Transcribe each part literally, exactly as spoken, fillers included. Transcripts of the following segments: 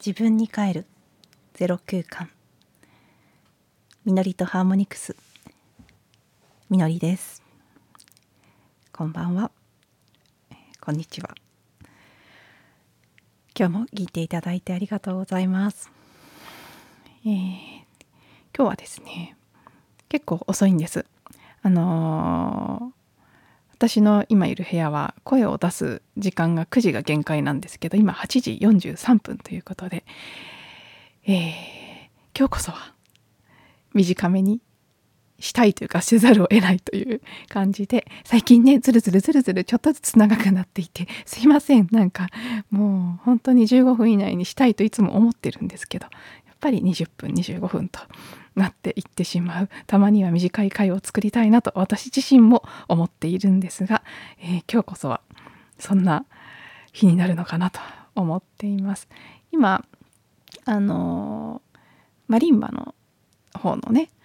自分に帰るゼロ空間。みのりとハーモニクス、みのりです。こんばんは、こんにちは。今日も聞いていただいてありがとうございます。えー、今日はですね、結構遅いんです。あのー私の今いる部屋は声を出す時間がくじが限界なんですけど、今はちじよんじゅうさんぷんということで、えー、今日こそは短めにしたいというかせざるを得ないという感じで、最近ねずるずるずるずるちょっとずつ長くなっていて、すいません。なんかもう本当にじゅうごふん以内にしたいといつも思ってるんですけど、やっぱりにじゅっぷんにじゅうごふんとなっていってしまう。たまには短い回を作りたいなと私自身も思っているんですが、えー、今日こそはそんな日になるのかなと思っています。今あのー、マリンバの方のね、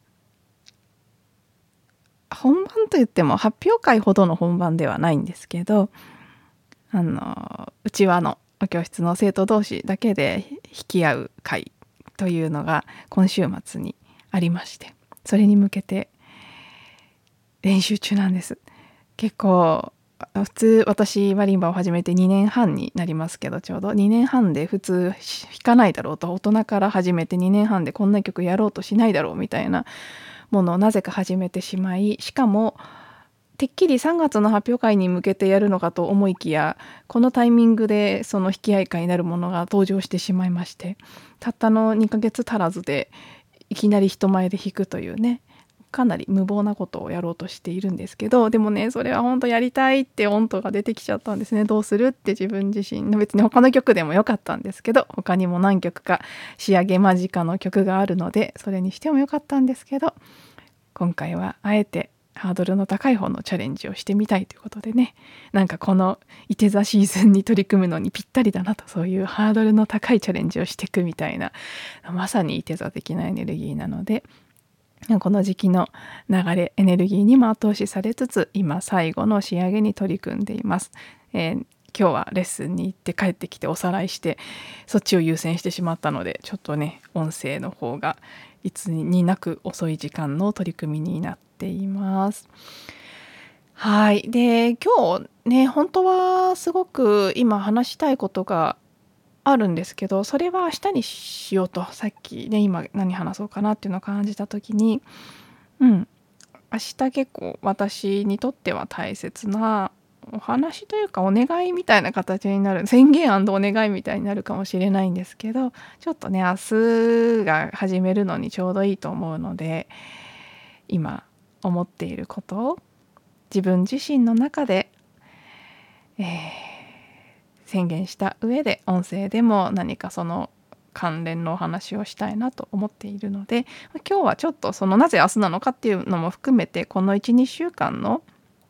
本番といっても発表会ほどの本番ではないんですけど、あのうちわの教室の生徒同士だけで弾き合う会というのが今週末にありまして、それに向けて練習中なんです。結構普通、私マリンバを始めてにねんはんになりますけど、ちょうどにねんはんで普通弾かないだろうと、大人から始めてにねんはんでこんな曲やろうとしないだろうみたいなものをなぜか始めてしまい、しかもてっきりさんがつの発表会に向けてやるのかと思いきや、このタイミングでその引き合い会になるものが登場してしまいまして、たったのにかげつ足らずでいきなり人前で弾くというね、かなり無謀なことをやろうとしているんですけど、でもねそれは本当やりたいって音頭が出てきちゃったんですね。どうするって自分自身の、別に他の曲でもよかったんですけど、他にも何曲か仕上げ間近の曲があるのでそれにしてもよかったんですけど、今回はあえてハードルの高い方のチャレンジをしてみたいということでね、なんかこのいて座シーズンに取り組むのにぴったりだなと、そういうハードルの高いチャレンジをしていくみたいな、まさにいて座的なエネルギーなので、この時期の流れエネルギーにも後押しされつつ、今最後の仕上げに取り組んでいます。えー、今日はレッスンに行って帰ってきておさらいして、そっちを優先してしまったので、ちょっとね音声の方がいつになく遅い時間の取り組みになっています。はい。で今日ね、本当はすごく今話したいことがあるんですけど、それは明日にしようと、さっきね今何話そうかなっていうのを感じた時に、うん明日結構私にとっては大切なお話というかお願いみたいな形になる、宣言&お願いみたいになるかもしれないんですけど、ちょっとね明日が始めるのにちょうどいいと思うので、今思っていることを自分自身の中で、えー、宣言した上で音声でも何かその関連のお話をしたいなと思っているので、今日はちょっとそのなぜ明日なのかっていうのも含めて、この いちにしゅうかんの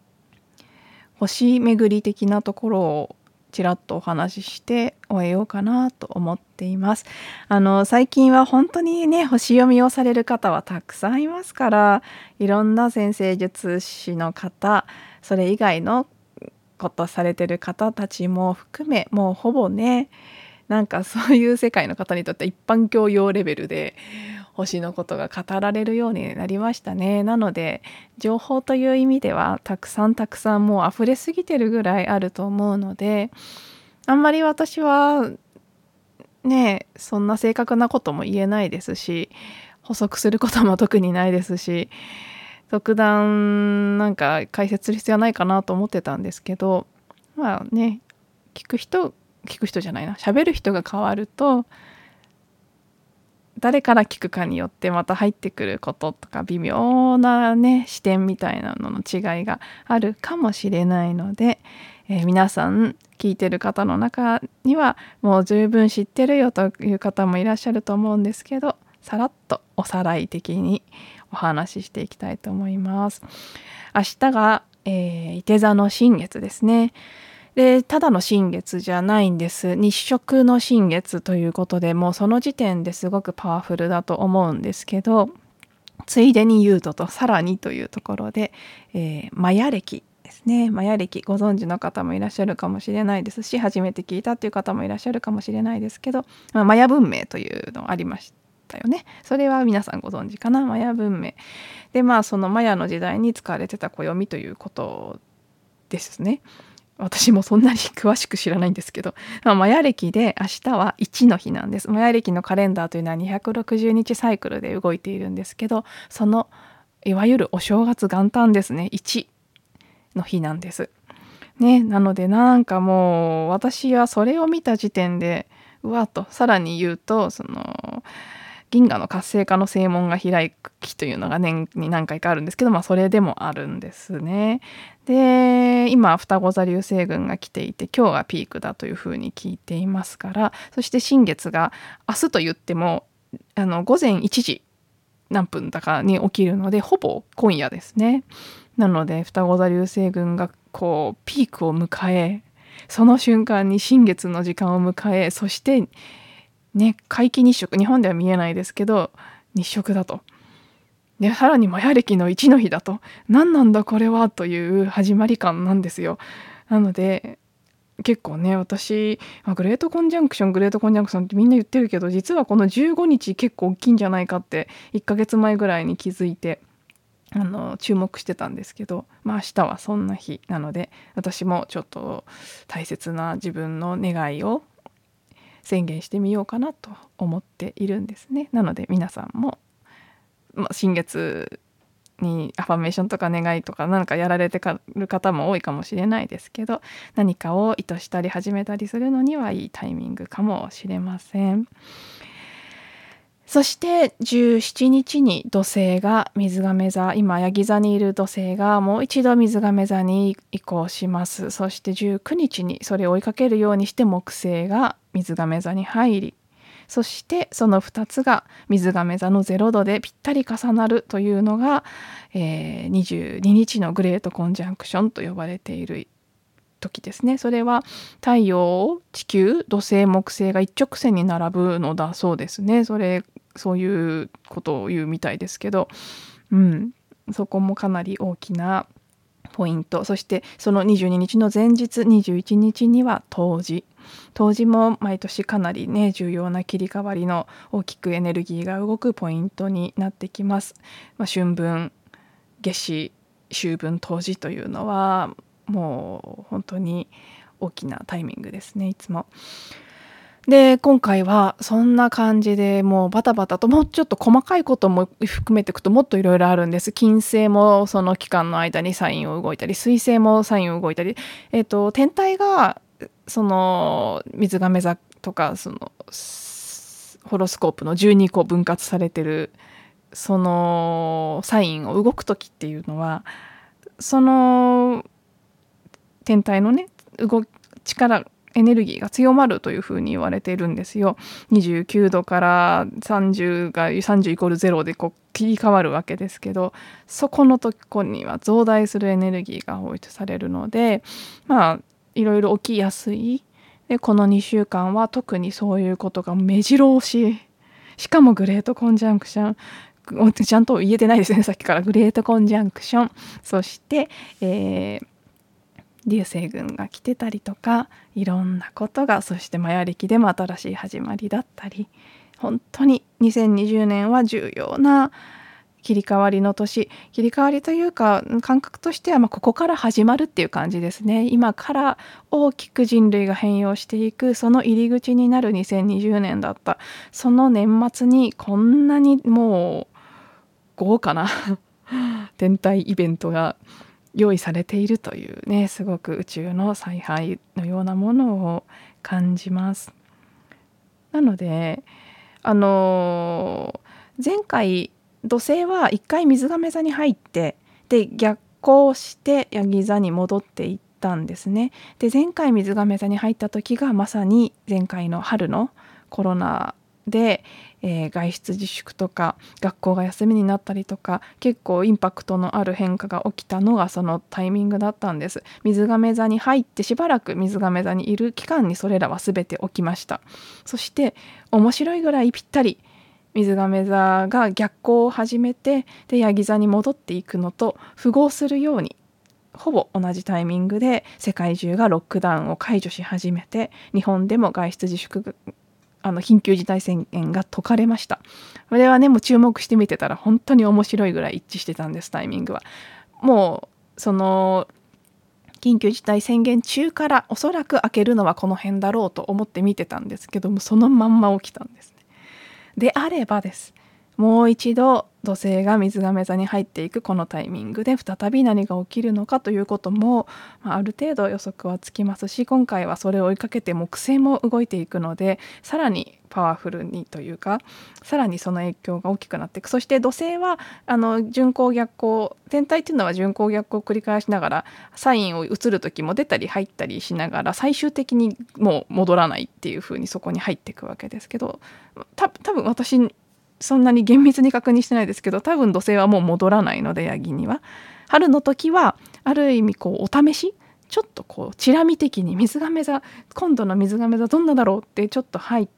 星巡り的なところをちらっとお話しして終えようかなと思っています。あの最近は本当にね星読みをされる方はたくさんいますから、いろんな占星術師の方、それ以外のことされてる方たちも含め、もうほぼね、なんかそういう世界の方にとって一般教養レベルで星のことが語られるようになりましたね。なので情報という意味ではたくさんたくさんもう溢れすぎてるぐらいあると思うので、あんまり私はねそんな正確なことも言えないですし、補足することも特にないですし、特段なんか解説する必要はないかなと思ってたんですけど、まあね、聞く人聞く人じゃないな喋る人が変わると、誰から聞くかによってまた入ってくることとか微妙なね視点みたいなのの違いがあるかもしれないので、えー、皆さん聞いてる方の中にはもう十分知ってるよという方もいらっしゃると思うんですけど、さらっとおさらい的にお話ししていきたいと思います。明日が、えー、いて座の新月ですね。でただの新月じゃないんです。日食の新月ということで、もうその時点ですごくパワフルだと思うんですけど、ついでに言うととさらにというところで、えー、マヤ暦ですね。マヤ暦ご存知の方もいらっしゃるかもしれないですし、初めて聞いたっていう方もいらっしゃるかもしれないですけど、まあ、マヤ文明というのありましたよね。それは皆さんご存知かな。マヤ文明で、まあそのマヤの時代に使われてた暦ということですね。私もそんなに詳しく知らないんですけど、まあ、マヤ暦で明日はいちの日なんです。マヤ暦のカレンダーというのはにひゃくろくじゅうにちサイクルで動いているんですけど、そのいわゆるお正月元旦ですね、いちの日なんです。ね、なのでなんかもう私はそれを見た時点でうわっと、さらに言うとその銀河の活性化の正門が開く日というのが年に何回かあるんですけど、まあそれでもあるんですね。で今双子座流星群が来ていて、今日がピークだというふうに聞いていますから、そして新月が明日と言ってもあの午前いちじ何分だかに起きるので、ほぼ今夜ですね。なので双子座流星群がこうピークを迎え、その瞬間に新月の時間を迎え、そしてね、皆既日食、日本では見えないですけど日食だと。でさらにマヤ暦のいちの日だと、何なんだこれはという始まり感なんですよ。なので結構ね、私グレートコンジャンクショングレートコンジャンクションってみんな言ってるけど、実はこのじゅうごにち結構大きいんじゃないかっていっかげつまえぐらいに気づいて、あの注目してたんですけど、まあ明日はそんな日なので、私もちょっと大切な自分の願いを宣言してみようかなと思っているんですね。なので皆さんも、まあ、新月にアファメーションとか願いとか何かやられてる方も多いかもしれないですけど、何かを意図したり始めたりするのにはいいタイミングかもしれません。そしてじゅうしちにちに土星が水亀座、今ヤギ座にいる土星がもう一度水亀座に移行します。そしてじゅうくにちにそれを追いかけるようにして木星が水亀座に入り、そしてそのふたつが水亀座のゼロどでぴったり重なるというのが、えー、にじゅうににちのグレートコンジャンクションと呼ばれている時ですね。それは太陽、地球、土星、木星が一直線に並ぶのだそうですね。それそういうことを言うみたいですけど、うん、そこもかなり大きなポイント。そしてそのにじゅうににちの前日にじゅういちにちには冬至。冬至も毎年かなりね重要な切り替わりの大きくエネルギーが動くポイントになってきます。まあ、春分、夏至、秋分、冬至というのはもう本当に大きなタイミングですね、いつも。で今回はそんな感じでもうバタバタと、もうちょっと細かいことも含めていくともっといろいろあるんです。金星もその期間の間にサインを動いたり、水星もサインを動いたり、えーと、天体がその水亀座とかそのホロスコープのじゅうにこ分割されてるそのサインを動く時っていうのは、その天体のね動力エネルギーが強まるというふうに言われているんですよ。にじゅうきゅうどからさんじゅうがさんじゅうイコールゼロでこう切り替わるわけですけど、そこのとこには増大するエネルギーが放出されるので、まあいろいろ起きやすい。でこのにしゅうかんは特にそういうことが目白押し。しかもグレートコンジャンクション、ちゃんと言えてないですねさっきから。グレートコンジャンクション、そして、えー流星群が来てたりとか、いろんなことが、そしてマヤ暦でも新しい始まりだったり、本当ににせんにじゅうねんは重要な切り替わりの年。切り替わりというか感覚としては、まあここから始まるっていう感じですね。今から大きく人類が変容していく、その入り口になるにせんにじゅうねんだった。その年末にこんなにもう豪華な天体イベントが用意されているというね、すごく宇宙の采配のようなものを感じます。なのであのー、前回土星は一回水亀座に入って、で逆行してヤギ座に戻っていったんですね。で前回水亀座に入った時がまさに前回の春のコロナで、えー、外出自粛とか学校が休みになったりとか、結構インパクトのある変化が起きたのがそのタイミングだったんです。水亀座に入ってしばらく水亀座にいる期間にそれらは全て起きました。そして面白いぐらいぴったり水亀座が逆行を始めて、でヤギ座に戻っていくのと符合するようにほぼ同じタイミングで世界中がロックダウンを解除し始めて、日本でも外出自粛あの緊急事態宣言が解かれました。これはね、もう注目して見てたら本当に面白いぐらい一致してたんです、タイミングは。もうその緊急事態宣言中からおそらく開けるのはこの辺だろうと思って見てたんですけども、そのまんま起きたんですね。であればです、もう一度土星が水亀座に入っていくこのタイミングで再び何が起きるのかということも、まあ、ある程度予測はつきますし、今回はそれを追いかけて木星も動いていくので、さらにパワフルにというか、さらにその影響が大きくなっていく。そして土星はあの順行逆行、天体っていうのは順行逆行を繰り返しながら、サインを移る時も出たり入ったりしながら、最終的にもう戻らないっていう風にそこに入っていくわけですけど、た多分私そんなに厳密に確認してないですけど、多分土星はもう戻らないので、ヤギには春の時はある意味こうお試し、ちょっとこうチラ見的に水亀座、今度の水亀座どんなだろうってちょっと入って、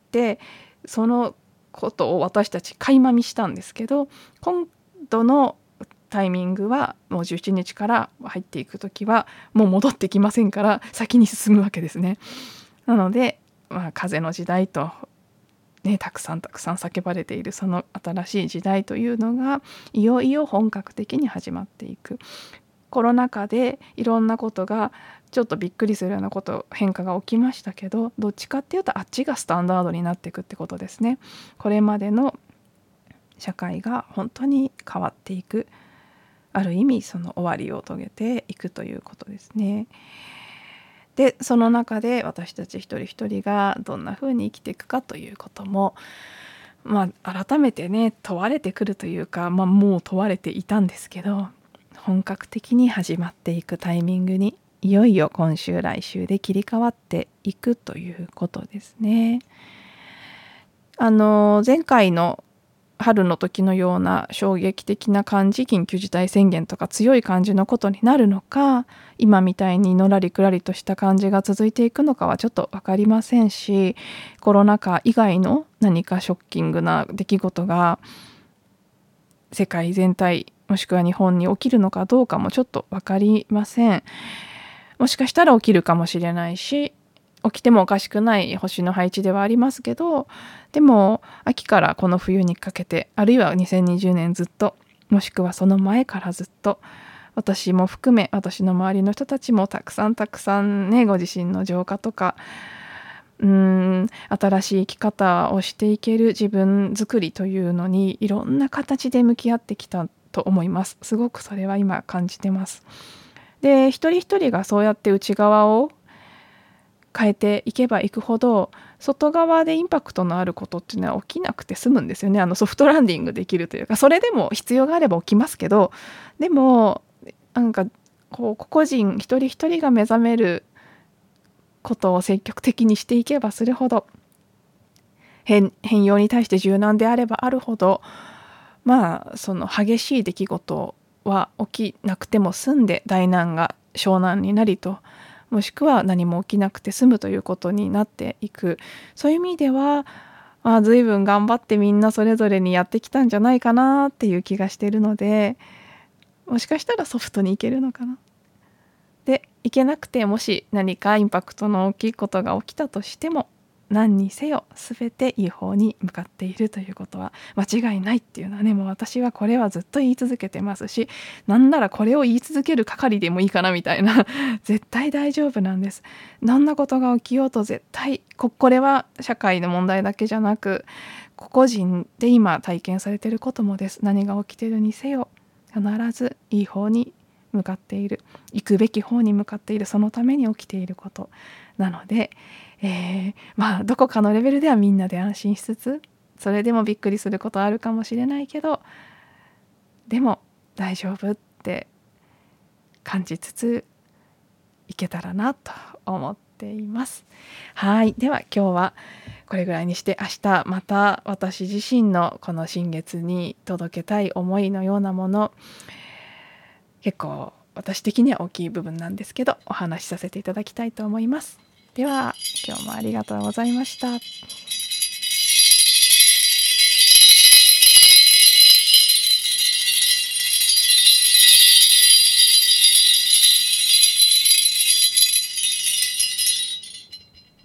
そのことを私たち垣間見したんですけど、今度のタイミングはもうじゅうしちにちから入っていく時はもう戻ってきませんから、先に進むわけですね。なので、まあ、風の時代とね、たくさんたくさん叫ばれているその新しい時代というのがいよいよ本格的に始まっていく。コロナ禍でいろんなことがちょっとびっくりするようなこと変化が起きましたけど、どっちかっていうとあっちがスタンダードになっていくってことですね。これまでの社会が本当に変わっていく、ある意味その終わりを遂げていくということですね。でその中で私たち一人一人がどんな風に生きていくかということも、まあ、改めてね問われてくるというか、まあ、もう問われていたんですけど、本格的に始まっていくタイミングにいよいよ今週来週で切り替わっていくということですね。あの前回の春の時のような衝撃的な感じ、緊急事態宣言とか強い感じのことになるのか、今みたいにのらりくらりとした感じが続いていくのかはちょっと分かりませんし、コロナ禍以外の何かショッキングな出来事が世界全体もしくは日本に起きるのかどうかもちょっと分かりません。もしかしたら起きるかもしれないし、起きてもおかしくない星の配置ではありますけど、でも秋からこの冬にかけて、あるいはにせんにじゅうねんずっと、もしくはその前からずっと、私も含め私の周りの人たちもたくさんたくさんね、ご自身の浄化とかうーん新しい生き方をしていける自分作りというのにいろんな形で向き合ってきたと思います。すごくそれは今感じてます。で一人一人がそうやって内側を変えていけばいくほど、外側でインパクトのあることっていうのは起きなくて済むんですよね。あのソフトランディングできるというか、それでも必要があれば起きますけど、でもなんかこう個々人一人一人が目覚めることを積極的にしていけばするほど、変変容に対して柔軟であればあるほど、まあその激しい出来事は起きなくても済んで、大難が小難になりと、もしくは何も起きなくて済むということになっていく。そういう意味では、まあ、随分頑張ってみんなそれぞれにやってきたんじゃないかなっていう気がしているので、もしかしたらソフトにいけるのかな。でいけなくて、もし何かインパクトの大きいことが起きたとしても、何にせよ全ていい方に向かっているということは間違いないっていうのはね、もう私はこれはずっと言い続けてますし、なんならこれを言い続ける係でもいいかなみたいな絶対大丈夫なんです。どんなことが起きようと絶対 こ, これは社会の問題だけじゃなく、個々人で今体験されていることもです。何が起きているにせよ必ずいい方に向かっている、行くべき方に向かっている、そのために起きていることなので、えー、まあどこかのレベルではみんなで安心しつつ、それでもびっくりすることあるかもしれないけど、でも大丈夫って感じつついけたらなと思っています。はい、では今日はこれぐらいにして、明日また私自身のこの新月に届けたい思いのようなもの、結構私的には大きい部分なんですけど、お話しさせていただきたいと思います。では今日もありがとうございました。